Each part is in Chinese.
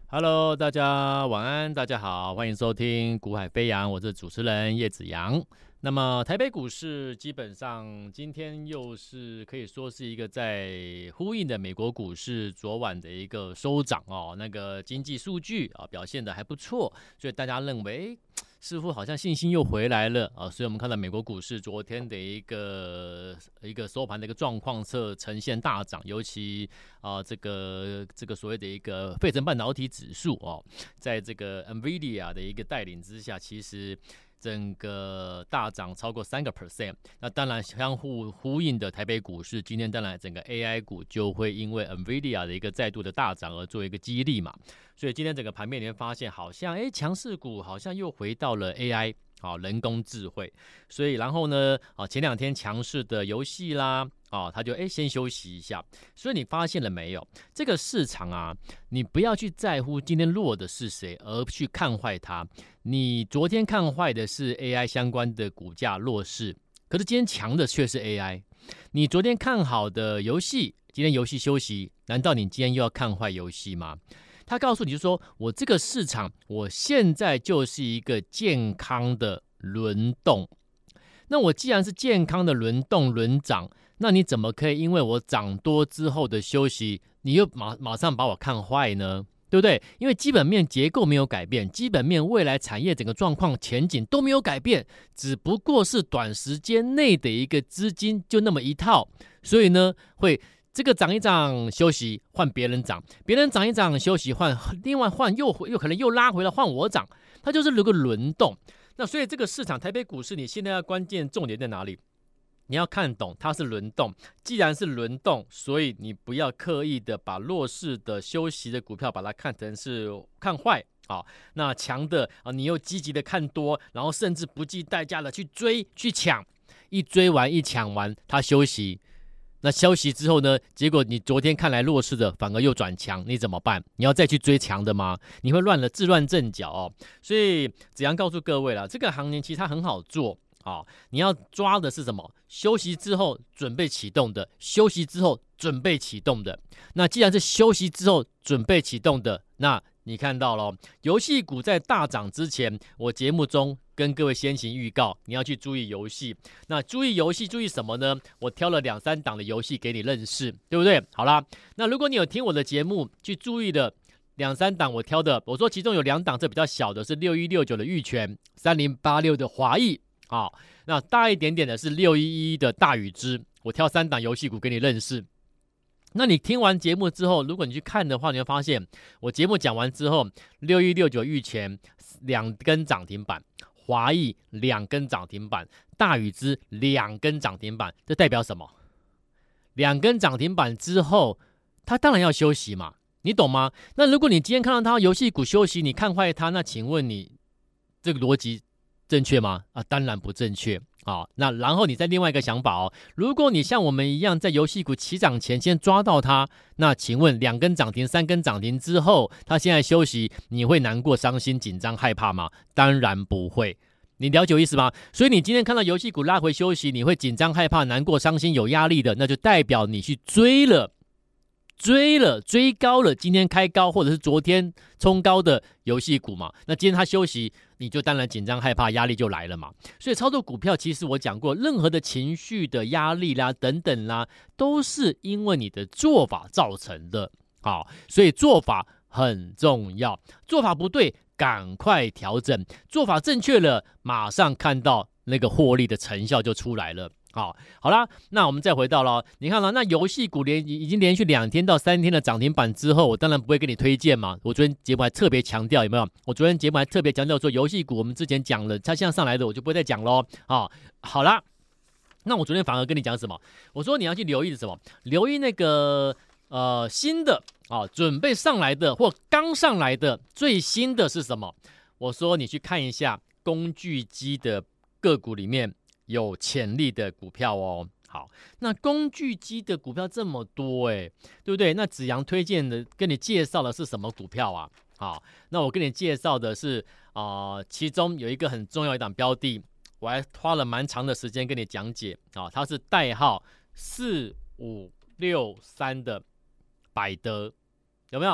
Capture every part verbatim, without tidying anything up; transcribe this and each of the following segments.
Hello，大家晚安，大家好，欢迎收听《股海飞扬》，我是主持人叶子阳。那么台北股市基本上今天又是可以说是一个在呼应的美国股市昨晚的一个收涨哦，那个经济数据啊表现的还不错，所以大家认为似乎好像信心又回来了啊，所以我们看到美国股市昨天的一个一个收盘的一个状况是呈现大涨，尤其啊这个这个所谓的一个费城半导体指数哦，在这个 NVIDIA 的一个带领之下，其实整个大涨超过三个 percent， 那当然相互呼应的台北股市，今天当然整个 A I 股就会因为 NVIDIA 的一个再度的大涨而做一个激励嘛，所以今天整个盘面你会发现，好像哎强势股好像又回到了 A I。好，人工智慧，所以然后呢，啊，前两天强势的游戏啦，啊，他就哎先休息一下。所以你发现了没有？这个市场啊，你不要去在乎今天弱的是谁，而去看坏它。你昨天看坏的是 A I 相关的股价弱势，可是今天强的却是 A I。你昨天看好的游戏，今天游戏休息，难道你今天又要看坏游戏吗？他告诉你就说，我这个市场，我现在就是一个健康的轮动。那我既然是健康的轮动轮涨，那你怎么可以因为我涨多之后的休息，你又马马上把我看坏呢？对不对？因为基本面结构没有改变，基本面未来产业整个状况前景都没有改变，只不过是短时间内的一个资金就那么一套，所以呢会。这个涨一涨休息换别人涨，别人涨一涨休息换另外换又又可能又拉回来换我涨，它就是有个轮动。那所以这个市场台北股市你现在要关键重点在哪里？你要看懂它是轮动，既然是轮动，所以你不要刻意的把弱势的休息的股票把它看成是看坏。好，那强的啊，你又积极的看多，然后甚至不计代价的去追去抢，一追完一抢完，它休息。那休息之后呢？结果你昨天看来弱势的，反而又转强，你怎么办？你要再去追强的吗？你会乱了自乱阵脚哦。所以子阳告诉各位了，这个行情其实它很好做啊、哦。你要抓的是什么？休息之后准备启动的，休息之后准备启动的。那既然是休息之后准备启动的，那你看到了，游戏股在大涨之前，我节目中跟各位先行预告，你要去注意游戏。那注意游戏，注意什么呢？我挑了两三档的游戏给你认识，对不对？好啦，那如果你有听我的节目，去注意的两三档我挑的，我说其中有两档这比较小的是六一六九的玉泉，三零八六的华裔，好，那大一点点的是六一一的大宇之，我挑三档游戏股给你认识。那你听完节目之后，如果你去看的话，你会发现我节目讲完之后，六一六九玉泉两根涨停板，华裔两根涨停板，大宇之两根涨停板，这代表什么？两根涨停板之后，它当然要休息嘛，你懂吗？那如果你今天看到它游戏股休息，你看坏它，那请问你这个逻辑正确吗？啊，当然不正确。好，那然后你再另外一个想法哦，如果你像我们一样在游戏股起涨前先抓到它，那请问两根涨停、三根涨停之后，它现在休息，你会难过、伤心、紧张、害怕吗？当然不会。你了解我意思吗？所以你今天看到游戏股拉回休息，你会紧张、害怕、难过、伤心、有压力的，那就代表你去追了。追了追高了，今天开高或者是昨天冲高的游戏股嘛，那今天它休息，你就当然紧张害怕，压力就来了嘛。所以操作股票，其实我讲过，任何的情绪的压力啦等等啦，都是因为你的做法造成的。好，所以做法很重要，做法不对赶快调整，做法正确了，马上看到那个获利的成效就出来了。好，好啦，那我们再回到了，你看了，那游戏股连已经连续两天到三天的涨停板之后，我当然不会跟你推荐嘛。我昨天节目还特别强调，有没有？我昨天节目还特别强调说，游戏股我们之前讲了，它现在上来的我就不会再讲喽。啊，好啦，那我昨天反而跟你讲什么？我说你要去留意的什么？留意那个呃新的啊，准备上来的或刚上来的最新的是什么？我说你去看一下工具机的个股里面。有潜力的股票哦。好，那工具机的股票这么多哎，对不对？那子阳推荐的跟你介绍的是什么股票啊？好，那我跟你介绍的是啊、呃，其中有一个很重要一档标的，我还花了蛮长的时间跟你讲解啊，它是代号四五六三的百德，有没有？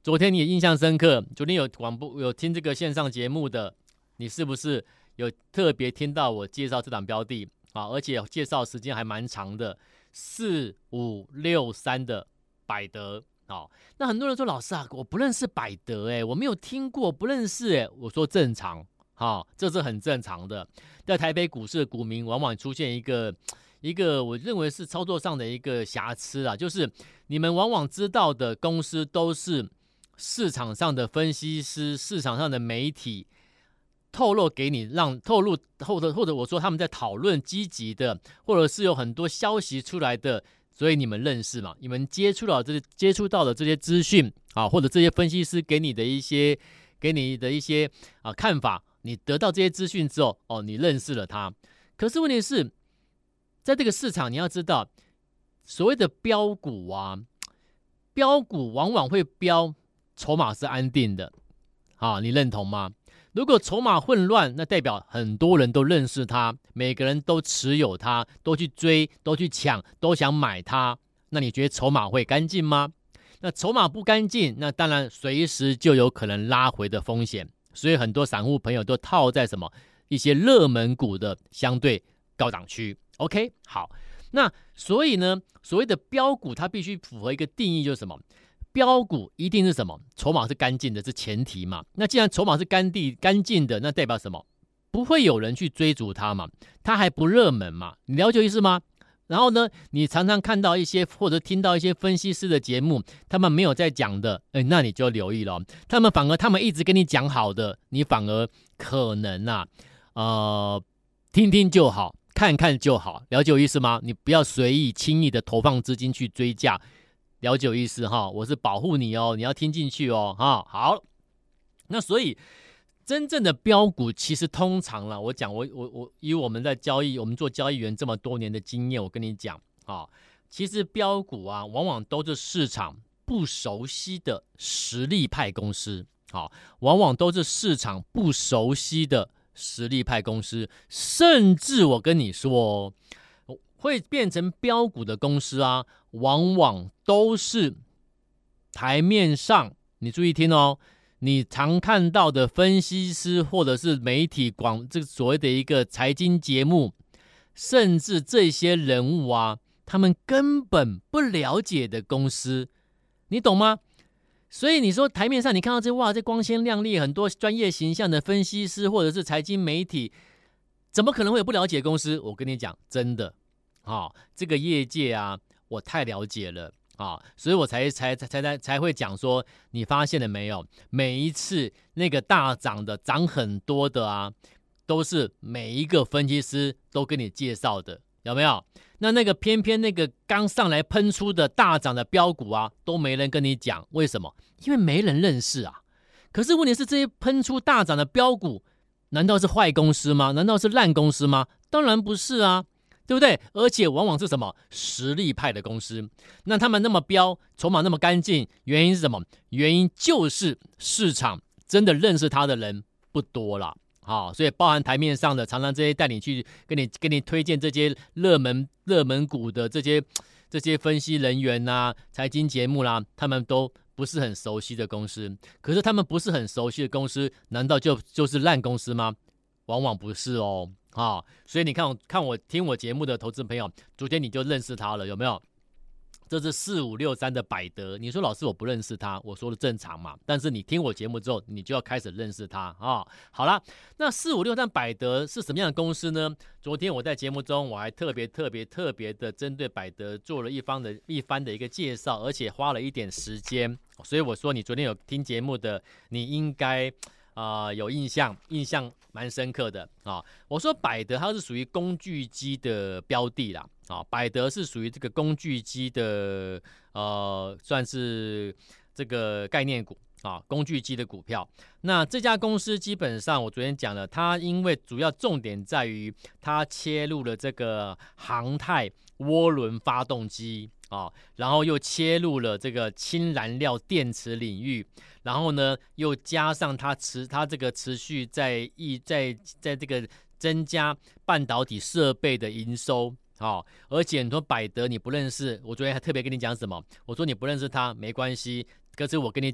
昨天你也印象深刻，昨天有广播有听这个线上节目的，你是不是有特别听到我介绍这档标的啊？而且介绍时间还蛮长的，四五六三的百德。好，那很多人说老师啊，我不认识百德哎，我没有听过，不认识哎。我说正常，好，这是很正常的。在台北股市的股民，往往出现一个一个我认为是操作上的一个瑕疵啊，就是你们往往知道的公司都是市场上的分析师、市场上的媒体透露给你，让透露或者或者我说他们在讨论积极的，或者是有很多消息出来的。所以你们认识嘛？你们接触到这些接触到的这些资讯啊，或者这些分析师给你的一些给你的一些啊看法，你得到这些资讯之后，哦，你认识了他。可是问题是，在这个市场，你要知道，所谓的标股啊，标股往往会标，筹码是安定的，啊，你认同吗？如果筹码混乱，那代表很多人都认识它，每个人都持有它，都去追，都去抢，都想买它。那你觉得筹码会干净吗？那筹码不干净，那当然随时就有可能拉回的风险。所以很多散户朋友都套在什么一些热门股的相对高档区。OK， 好，那所以呢，所谓的标股它必须符合一个定义，就是什么？标股一定是什么？筹码是干净的，是前提嘛。那既然筹码是干地干净的，那代表什么？不会有人去追逐它嘛，它还不热门嘛。你了解意思吗？然后呢，你常常看到一些或者听到一些分析师的节目，他们没有在讲的，哎，那你就留意了。他们反而他们一直跟你讲好的，你反而可能啊，呃，听听就好，看看就好，了解我意思吗？你不要随意轻易的投放资金去追价。了解我意思哈，我是保护你哦，你要听进去哦哈。好，那所以真正的标股其实通常啦，我讲我我我以我们在交易，我们做交易员这么多年的经验，我跟你讲啊，其实标股啊，往往都是市场不熟悉的实力派公司，好，往往都是市场不熟悉的实力派公司，甚至我跟你说哦。会变成标股的公司啊，往往都是台面上，你注意听哦，你常看到的分析师或者是媒体广这个所谓的一个财经节目，甚至这些人物啊，他们根本不了解的公司，你懂吗？所以你说台面上你看到这哇，这光鲜亮丽，很多专业形象的分析师或者是财经媒体，怎么可能会有不了解公司？我跟你讲，真的。哦，这个业界啊，我太了解了啊、哦，所以我才才才才才会讲说，你发现了没有？每一次那个大涨的、涨很多的啊，都是每一个分析师都跟你介绍的，有没有？那那个偏偏那个刚上来喷出的大涨的标股啊，都没人跟你讲，为什么？因为没人认识啊。可是问题是，这些喷出大涨的标股，难道是坏公司吗？难道是烂公司吗？当然不是啊。对不对？而且往往是什么实力派的公司，那他们那么标，筹码那么干净，原因是什么？原因就是市场真的认识他的人不多了。好，所以包含台面上的，常常这些带你去跟你跟你推荐这些热门热门股的这些这些分析人员呐、财经节目啦，他们都不是很熟悉的公司。可是他们不是很熟悉的公司，难道就就是烂公司吗？往往不是哦。啊，所以你看我看我听我节目的投资朋友，昨天你就认识他了，有没有？这是四五六三的百德，你说老师我不认识他，我说的正常嘛。但是你听我节目之后，你就要开始认识他啊。好啦，那四五六三百德是什么样的公司呢？昨天我在节目中我还特别特别特别的针对百德做了一番的一番的一个介绍，而且花了一点时间，所以我说你昨天有听节目的，你应该。啊、呃，有印象，印象蛮深刻的啊、哦。我说百德它是属于工具机的标的啦，啊、哦，百德是属于这个工具机的，呃，算是这个概念股啊、哦，工具机的股票。那这家公司基本上我昨天讲了，它因为主要重点在于它切入了这个航太涡轮发动机。哦，然后又切入了这个氢燃料电池领域，然后呢，又加上它持它这个持续在一在在这个增加半导体设备的营收，哦，而且很多百德你不认识，我昨天还特别跟你讲什么？我说你不认识它没关系，可是我跟你讲，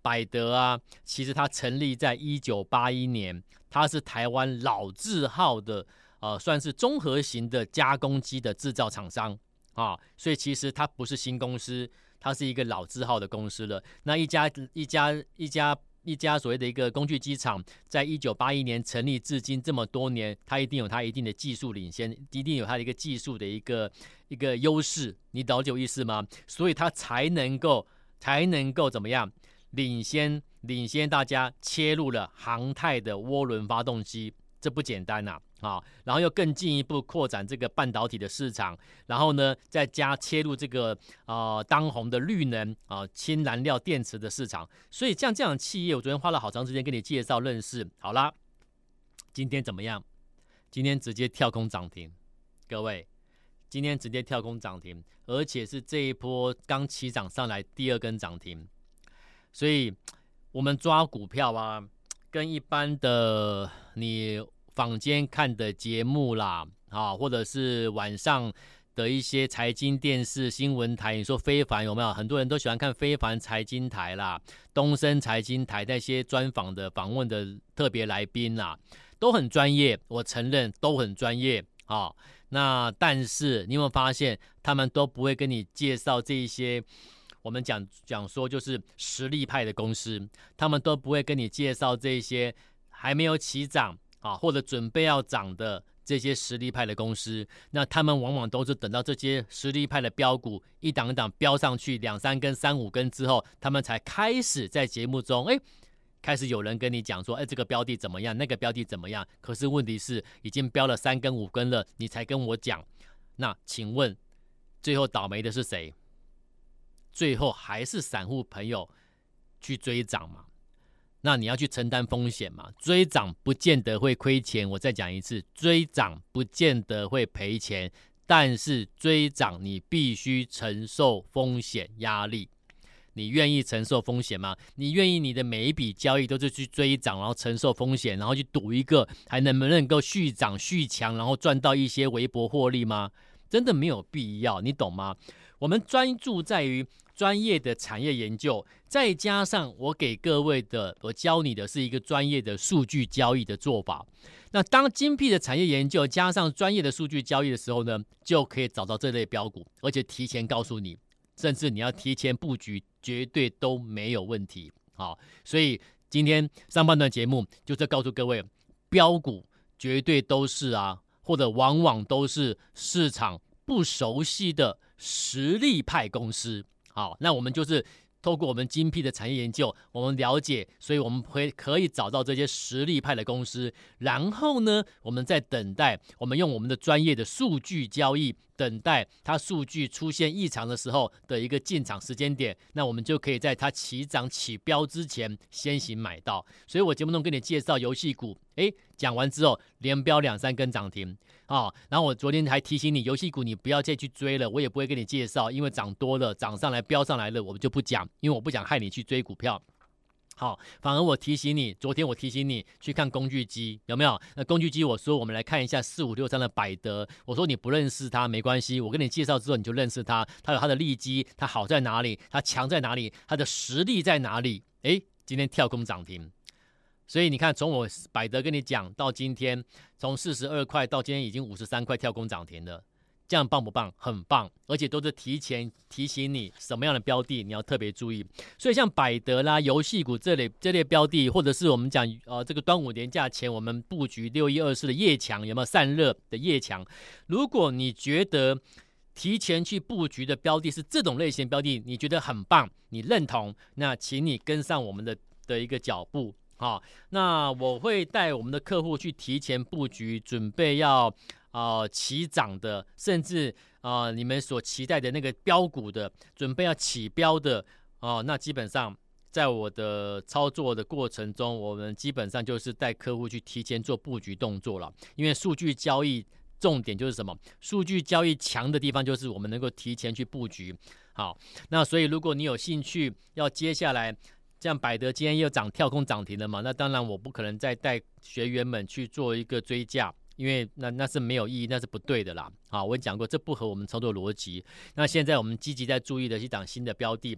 百德啊，其实它成立在一九八一年，它是台湾老字号的呃，算是综合型的加工机的制造厂商啊，所以其实它不是新公司，它是一个老字号的公司了。那一家一家一家一家所谓的一个工具机厂，在一九八一年成立至今这么多年，它一定有它一定的技术领先，一定有它的一个技术的一个一个优势，你了解我意思吗？所以它才能够才能够怎么样领先领先大家切入了航太的涡轮发动机，这不简单呐、啊啊！然后又更进一步扩展这个半导体的市场，然后呢再加切入这个呃当红的绿能啊氢燃料电池的市场。所以像这样的企业，我昨天花了好长时间跟你介绍认识。好啦，今天怎么样？今天直接跳空涨停，各位，今天直接跳空涨停，而且是这一波刚起涨上来第二根涨停。所以我们抓股票啊，跟一般的你坊间看的节目啦，啊，或者是晚上的一些财经电视新闻台，你说非凡有没有？很多人都喜欢看非凡财经台啦，东森财经台那些专访的访问的特别来宾啦，都很专业，我承认都很专业啊。那但是你有没有发现，他们都不会跟你介绍这一些？我们讲讲说就是实力派的公司，他们都不会跟你介绍这些还没有起涨啊，或者准备要涨的这些实力派的公司。那他们往往都是等到这些实力派的标股一档一档飙上去两三根、三五根之后，他们才开始在节目中，哎，开始有人跟你讲说，哎，这个标的怎么样，那个标的怎么样。可是问题是，已经飙了三根、五根了，你才跟我讲。那请问，最后倒霉的是谁？最后还是散户朋友去追涨嘛？那你要去承担风险嘛？追涨不见得会亏钱，我再讲一次，追涨不见得会赔钱，但是追涨你必须承受风险压力。你愿意承受风险吗？你愿意你的每一笔交易都是去追涨，然后承受风险，然后去赌一个还能不能够续涨续强，然后赚到一些微薄获利吗？真的没有必要，你懂吗？我们专注在于专业的产业研究，再加上我给各位的，我教你的是一个专业的数据交易的做法。那当精辟的产业研究加上专业的数据交易的时候呢，就可以找到这类标股，而且提前告诉你，甚至你要提前布局，绝对都没有问题。好，所以今天上半段节目就是告诉各位，标股绝对都是啊，或者往往都是市场不熟悉的实力派公司。好，那我们就是透过我们精辟的产业研究，我们了解，所以我们会可以找到这些实力派的公司，然后呢，我们在等待，我们用我们的专业的数据交易，等待它数据出现异常的时候的一个进场时间点，那我们就可以在它起涨起标之前先行买到。所以我节目中跟你介绍游戏股，诶，讲完之后连标两三根涨停啊、哦，然后我昨天还提醒你，游戏股你不要再去追了，我也不会跟你介绍，因为涨多了涨上来飙上来了，我们就不讲，因为我不想害你去追股票。好，反而我提醒你，昨天我提醒你去看工具机，有没有？那工具机我说我们来看一下四五六三的百德，我说你不认识它没关系，我跟你介绍之后你就认识它，它有它的利基，它好在哪里，它强在哪里，它的实力在哪里？诶，今天跳空涨停。所以你看，从我百德跟你讲到今天，从四十二块到今天已经五十三块跳空涨停了，这样棒不棒？很棒，而且都是提前提醒你什么样的标的你要特别注意。所以像百德啦、游戏股这类这类标的，或者是我们讲呃这个端午连假前我们布局六一二四的夜强，有没有散热的夜强？如果你觉得提前去布局的标的是这种类型标的，你觉得很棒，你认同，那请你跟上我们的的一个脚步。好，那我会带我们的客户去提前布局，准备要呃起涨的，甚至呃你们所期待的那个标股的，准备要起标的哦、呃。那基本上在我的操作的过程中，我们基本上就是带客户去提前做布局动作了。因为数据交易重点就是什么？数据交易强的地方就是我们能够提前去布局。好，那所以如果你有兴趣，要接下来。像百德今天又涨跳空涨停了嘛？那当然我不可能再带学员们去做一个追价，因为那那是没有意义，那是不对的啦。好，我讲过这不合我们操作逻辑。那现在我们积极在注意的一档新的标的，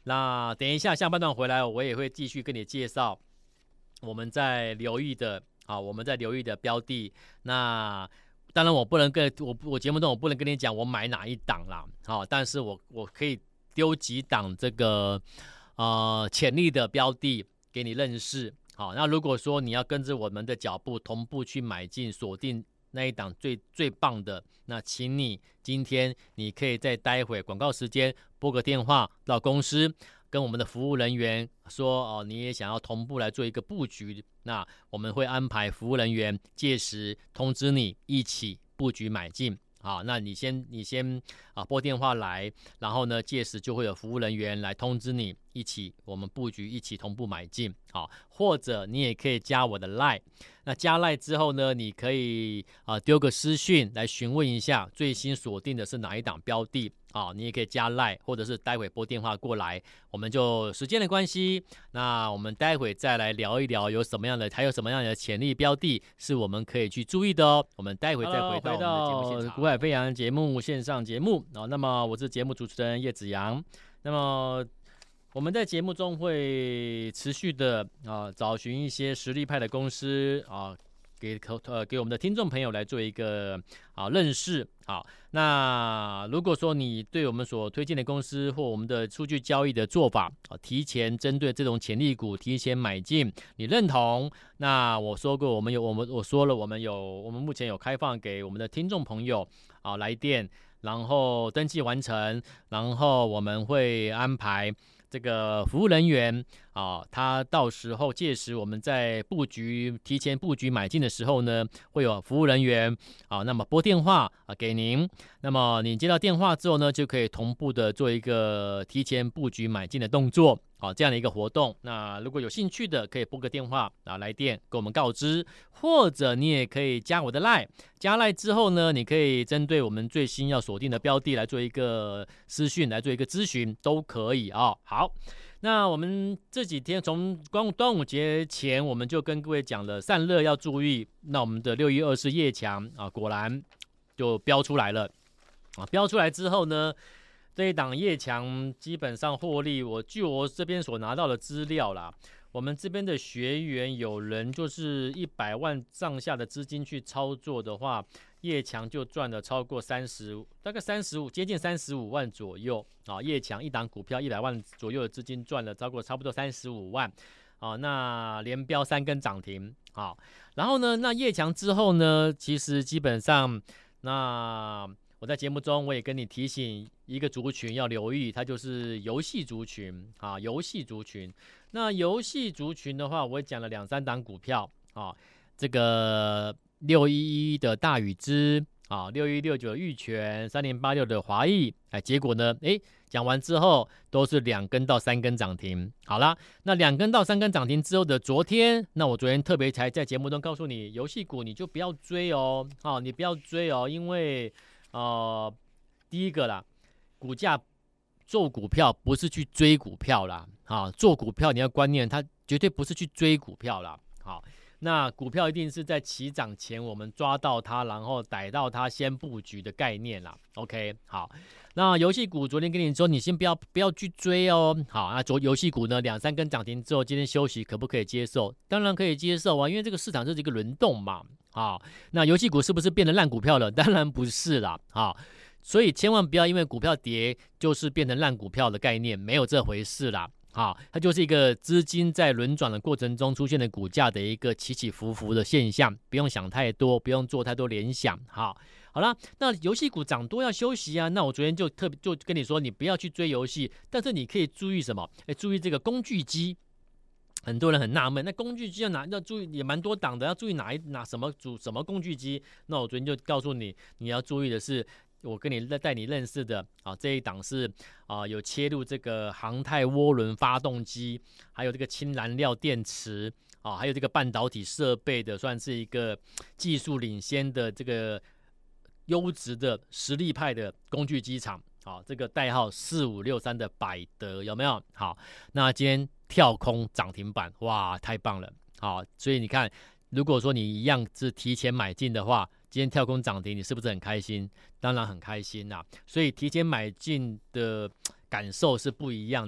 那等一下下半段回来，我也会继续跟你介绍我们在留意的啊，我们在留意的标的。那当然我不能跟我我节目中我不能跟你讲我买哪一档啦，好，但是我我可以丢几档这个呃潜力的标的给你认识。好，那如果说你要跟着我们的脚步同步去买进锁定那一档最最棒的，那请你今天你可以在待会广告时间拨个电话到公司，跟我们的服务人员说哦，你也想要同步来做一个布局，那我们会安排服务人员届时通知你一起布局买进。好，那你先你先啊拨电话来，然后呢，届时就会有服务人员来通知你，一起我们布局，一起同步买进。好，或者你也可以加我的 LINE， 那加 LINE 之后呢，你可以啊丢个私讯来询问一下最新锁定的是哪一档标的。啊，你也可以加 LINE， 或者是待会拨电话过来，我们就时间的关系，那我们待会再来聊一聊有什么样的，还有什么样的潜力标的是我们可以去注意的哦。我们待会再回到我们的节目现场，股海飞扬节目线上节目啊。那么我是节目主持人叶子阳，那么我们在节目中会持续的啊找寻一些实力派的公司啊。给呃给我们的听众朋友来做一个啊认识。好，那如果说你对我们所推荐的公司或我们的数据交易的做法啊，提前针对这种潜力股提前买进，你认同？那我说过，我们有我们我说了，我们有我们目前有开放给我们的听众朋友啊来电，然后登记完成，然后我们会安排这个服务人员啊，他到时候届时我们在布局提前布局买进的时候呢，会有服务人员啊，那么拨电话啊给您，那么你接到电话之后呢，就可以同步的做一个提前布局买进的动作。好，这样的一个活动，那如果有兴趣的，可以拨个电话啊来电跟我们告知，或者你也可以加我的 LINE， 加 LINE 之后呢，你可以针对我们最新要锁定的标的来做一个私讯，来做一个咨询，都可以啊、哦。好，那我们这几天从端午节前，我们就跟各位讲了散热要注意，那我们的六一二四夜强啊，果然就标出来了啊，标出来之后呢，这一档夜强基本上获利，我据我这边所拿到的资料啦，我们这边的学员有人就是一百万上下的资金去操作的话，夜强就赚了超过三十，大概三十五，接近三十五万左右啊。夜强一档股票一百万左右的资金赚了超过差不多三十五万啊。那连标三根涨停啊。然后呢，那夜强之后呢，其实基本上那。我在节目中我也跟你提醒一个族群要留意，它就是游戏族群啊，游戏族群。那游戏族群的话，我也讲了两三档股票啊，这个六一一的大宇资啊，六一六九的玉泉，三零八六的华裔，哎，结果呢，哎，讲完之后都是两根到三根涨停。好啦，那两根到三根涨停之后的昨天，那我昨天特别才在节目中告诉你，游戏股你就不要追哦，啊，你不要追哦，因为呃，第一个啦，股价做股票不是去追股票啦，啊，做股票你要观念，它绝对不是去追股票啦，好，那股票一定是在起涨前我们抓到它，然后逮到它先布局的概念啦。OK， 好，那游戏股昨天跟你说，你先不要不要去追哦。好，那昨游戏股呢两三根涨停之后，今天休息可不可以接受？当然可以接受啊，因为这个市场就是一个轮动嘛。好，那游戏股是不是变成烂股票了？当然不是啦。好，所以千万不要因为股票跌就是变成烂股票的概念，没有这回事啦。好，它就是一个资金在轮转的过程中出现的股价的一个起起伏伏的现象，不用想太多，不用做太多联想。好，好啦，那游戏股涨多要休息啊。那我昨天就特别就跟你说，你不要去追游戏，但是你可以注意什么？哎，注意这个工具机。很多人很纳闷，那工具机要哪要注意，也蛮多档的，要注意哪一哪什么主什么工具机？那我昨天就告诉你，你要注意的是，我跟你带你认识的啊，这一档是啊有切入这个航太涡轮发动机，还有这个氢燃料电池啊，还有这个半导体设备的，算是一个技术领先的这个优质的实力派的工具机厂。好，这个代号四五六三的百德有没有？好，那今天跳空涨停板，哇，太棒了！好，所以你看，如果说你一样是提前买进的话，今天跳空涨停，你是不是很开心？当然很开心啦。所以提前买进的感受是不一样的。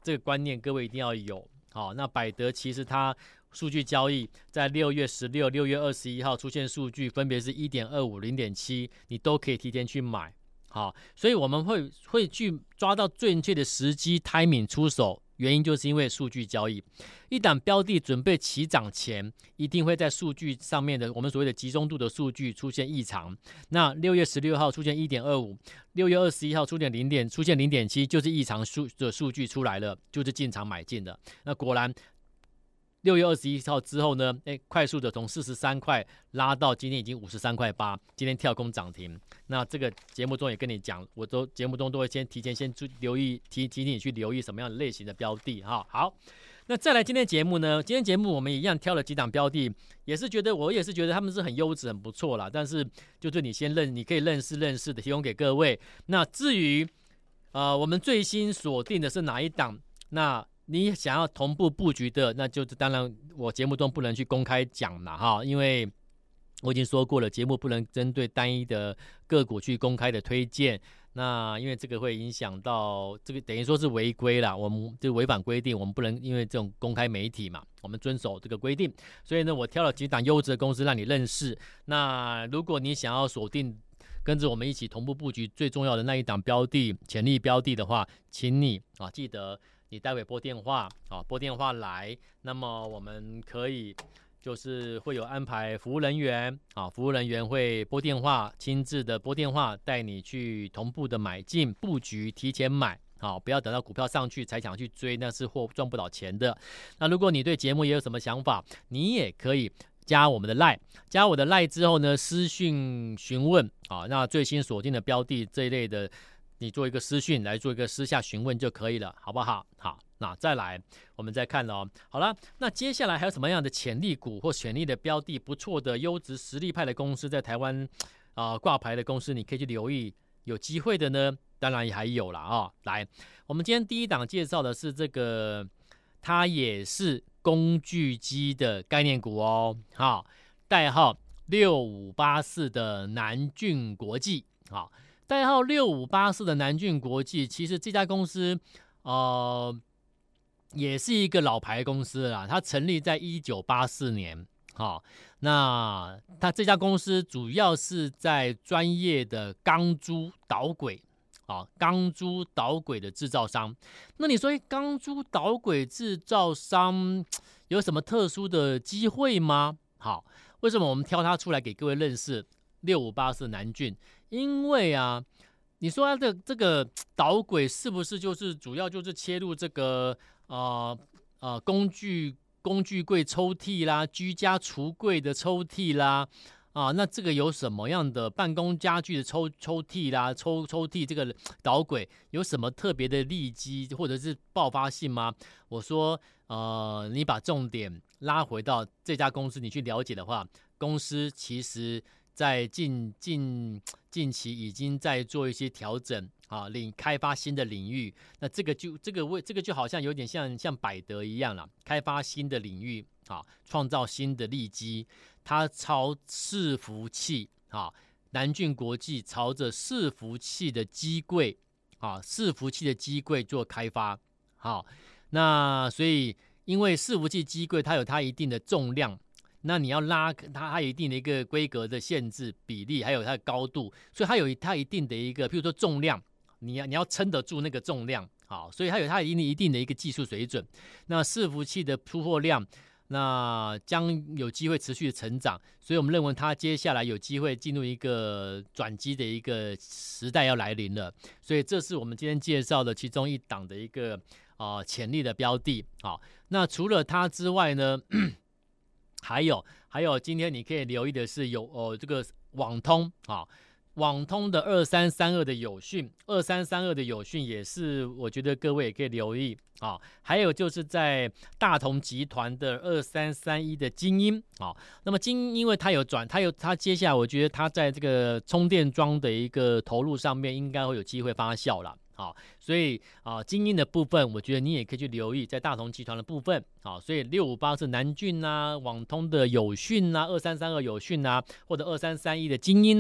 这个观念各位一定要有。好，那百德其实它数据交易在六月十六、六月二十一号出现数据，分别是 一点二五、零点七，你都可以提前去买。好，所以我们会会去抓到正确的时机 timing 出手，原因就是因为数据交易，一档标的准备起涨前，一定会在数据上面的我们所谓的集中度的数据出现异常。那六月十六号出现 一点二五， 六月二十一号出现零点出现 零点七， 就是异常数的数据出来了，就是进场买进的。那果然六月二十一号之后呢，哎，快速的从四十三块拉到今天已经五十三块八，今天跳空涨停。那这个节目中也跟你讲，我都节目中都会先提前先留意提提醒你去留意什么样的类型的标的哈。好，那再来今天节目呢，今天节目我们一样挑了几档标的，也是觉得我也是觉得他们是很优质很不错啦，但是就是你先认你可以认识认识的提供给各位。那至于呃我们最新锁定的是哪一档，那你想要同步布局的，那就是当然我节目中不能去公开讲了哈，因为我已经说过了，节目不能针对单一的个股去公开的推荐。那因为这个会影响到这个，等于说是违规啦，我们就违反规定，我们不能因为这种公开媒体嘛，我们遵守这个规定。所以呢，我挑了几档优质的公司让你认识。那如果你想要锁定跟着我们一起同步布局最重要的那一档标的、潜力标的的话，请你啊记得。你待会拨电话啊，拨电话来，那么我们可以就是会有安排服务人员啊，服务人员会拨电话，亲自的拨电话带你去同步的买进布局，提前买。好，不要等到股票上去才想去追，那是货赚不到钱的。那如果你对节目也有什么想法，你也可以加我们的 LINE， 加我的 LINE 之后呢，私讯询问啊，那最新锁定的标的这一类的。你做一个私讯来做一个私下询问就可以了，好不好？好，那再来我们再看哦。好了，那接下来还有什么样的潜力股或潜力的标的，不错的优质实力派的公司，在台湾啊、呃、挂牌的公司，你可以去留意，有机会的呢，当然也还有啦啊、哦。来，我们今天第一档介绍的是这个，它也是工具机的概念股哦，好，代号六五八四的南俊国际，好。代号六五八四的南俊国际，其实这家公司，呃，也是一个老牌公司啦。它成立在一九八四年，好、哦，那它这家公司主要是在专业的钢珠导轨，啊、哦，钢珠导轨的制造商。那你说钢珠导轨制造商有什么特殊的机会吗？好，为什么我们挑它出来给各位认识？六五八四南俊。因为啊，你说它的这个导轨是不是就是主要就是切入这个呃呃工具工具柜抽屉啦，居家橱柜的抽屉啦啊，那这个有什么样的办公家具的抽抽屉啦，抽抽屉这个导轨有什么特别的利基或者是爆发性吗？我说呃，你把重点拉回到这家公司，你去了解的话，公司其实。在近近近期已经在做一些调整啊，领开发新的领域。那这个就这个位这个就好像有点像像百德一样啦，开发新的领域啊，创造新的利基。它朝伺服器啊，南俊国际朝着伺服器的机柜啊，伺服器的机柜做开发。好，那所以因为伺服器机柜它有它一定的重量。那你要拉它，它有一定的一个规格的限制比例，还有它的高度，所以它有它一定的一个，譬如说重量，你要你要撑得住那个重量，好，所以它有它一定一定的一个技术水准。那伺服器的出货量，那将有机会持续的成长，所以我们认为它接下来有机会进入一个转机的一个时代要来临了。所以这是我们今天介绍的其中一档的一个啊、呃、潜力的标的。好，那除了它之外呢？还有还有，今天你可以留意的是有哦，这个网通啊，网通的二三三二的友讯，二三三二的友讯也是，我觉得各位也可以留意啊。还有就是在大同集团的二三三一的精英啊，那么精英因为它有转，它有它接下来我觉得它在这个充电桩的一个投入上面应该会有机会发酵了。好，所以啊，精英的部分，我觉得你也可以去留意，在大同集团的部分，好，所以六五八是南俊啊，网通的友讯啊，二三三二友讯啊，或者二三三一的精英啊，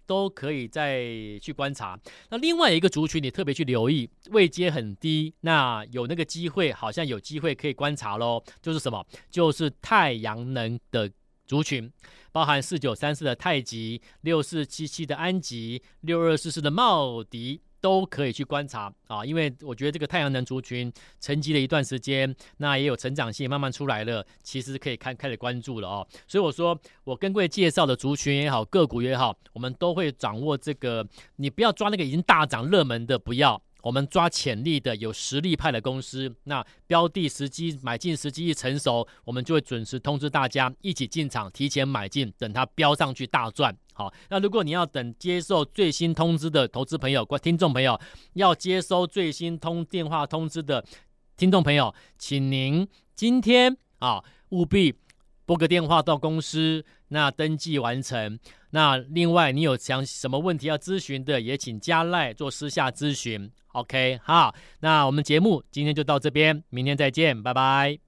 都可以再去观察。那另外一个族群你特别去留意，位阶很低，那有那个机会，好像有机会可以观察咯，就是什么？就是太阳能的族群，包含四九三四的太极、六四七七的安吉、六二四四的茂迪，都可以去观察啊。因为我觉得这个太阳能族群沉寂了一段时间，那也有成长性慢慢出来了，其实可以看开始关注了哦。所以我说，我跟各位介绍的族群也好，个股也好，我们都会掌握这个，你不要抓那个已经大涨热门的，不要。我们抓潜力的有实力派的公司，那标的时机买进时机一成熟，我们就会准时通知大家一起进场，提前买进，等它飙上去大赚。好，那如果你要等接受最新通知的投资朋友、听众朋友，要接收最新通电话通知的听众朋友，请您今天啊务必拨个电话到公司，那登记完成。那另外你有想什么问题要咨询的，也请加 LINE 做私下咨询。OK， 好，那我们节目今天就到这边，明天再见，拜拜。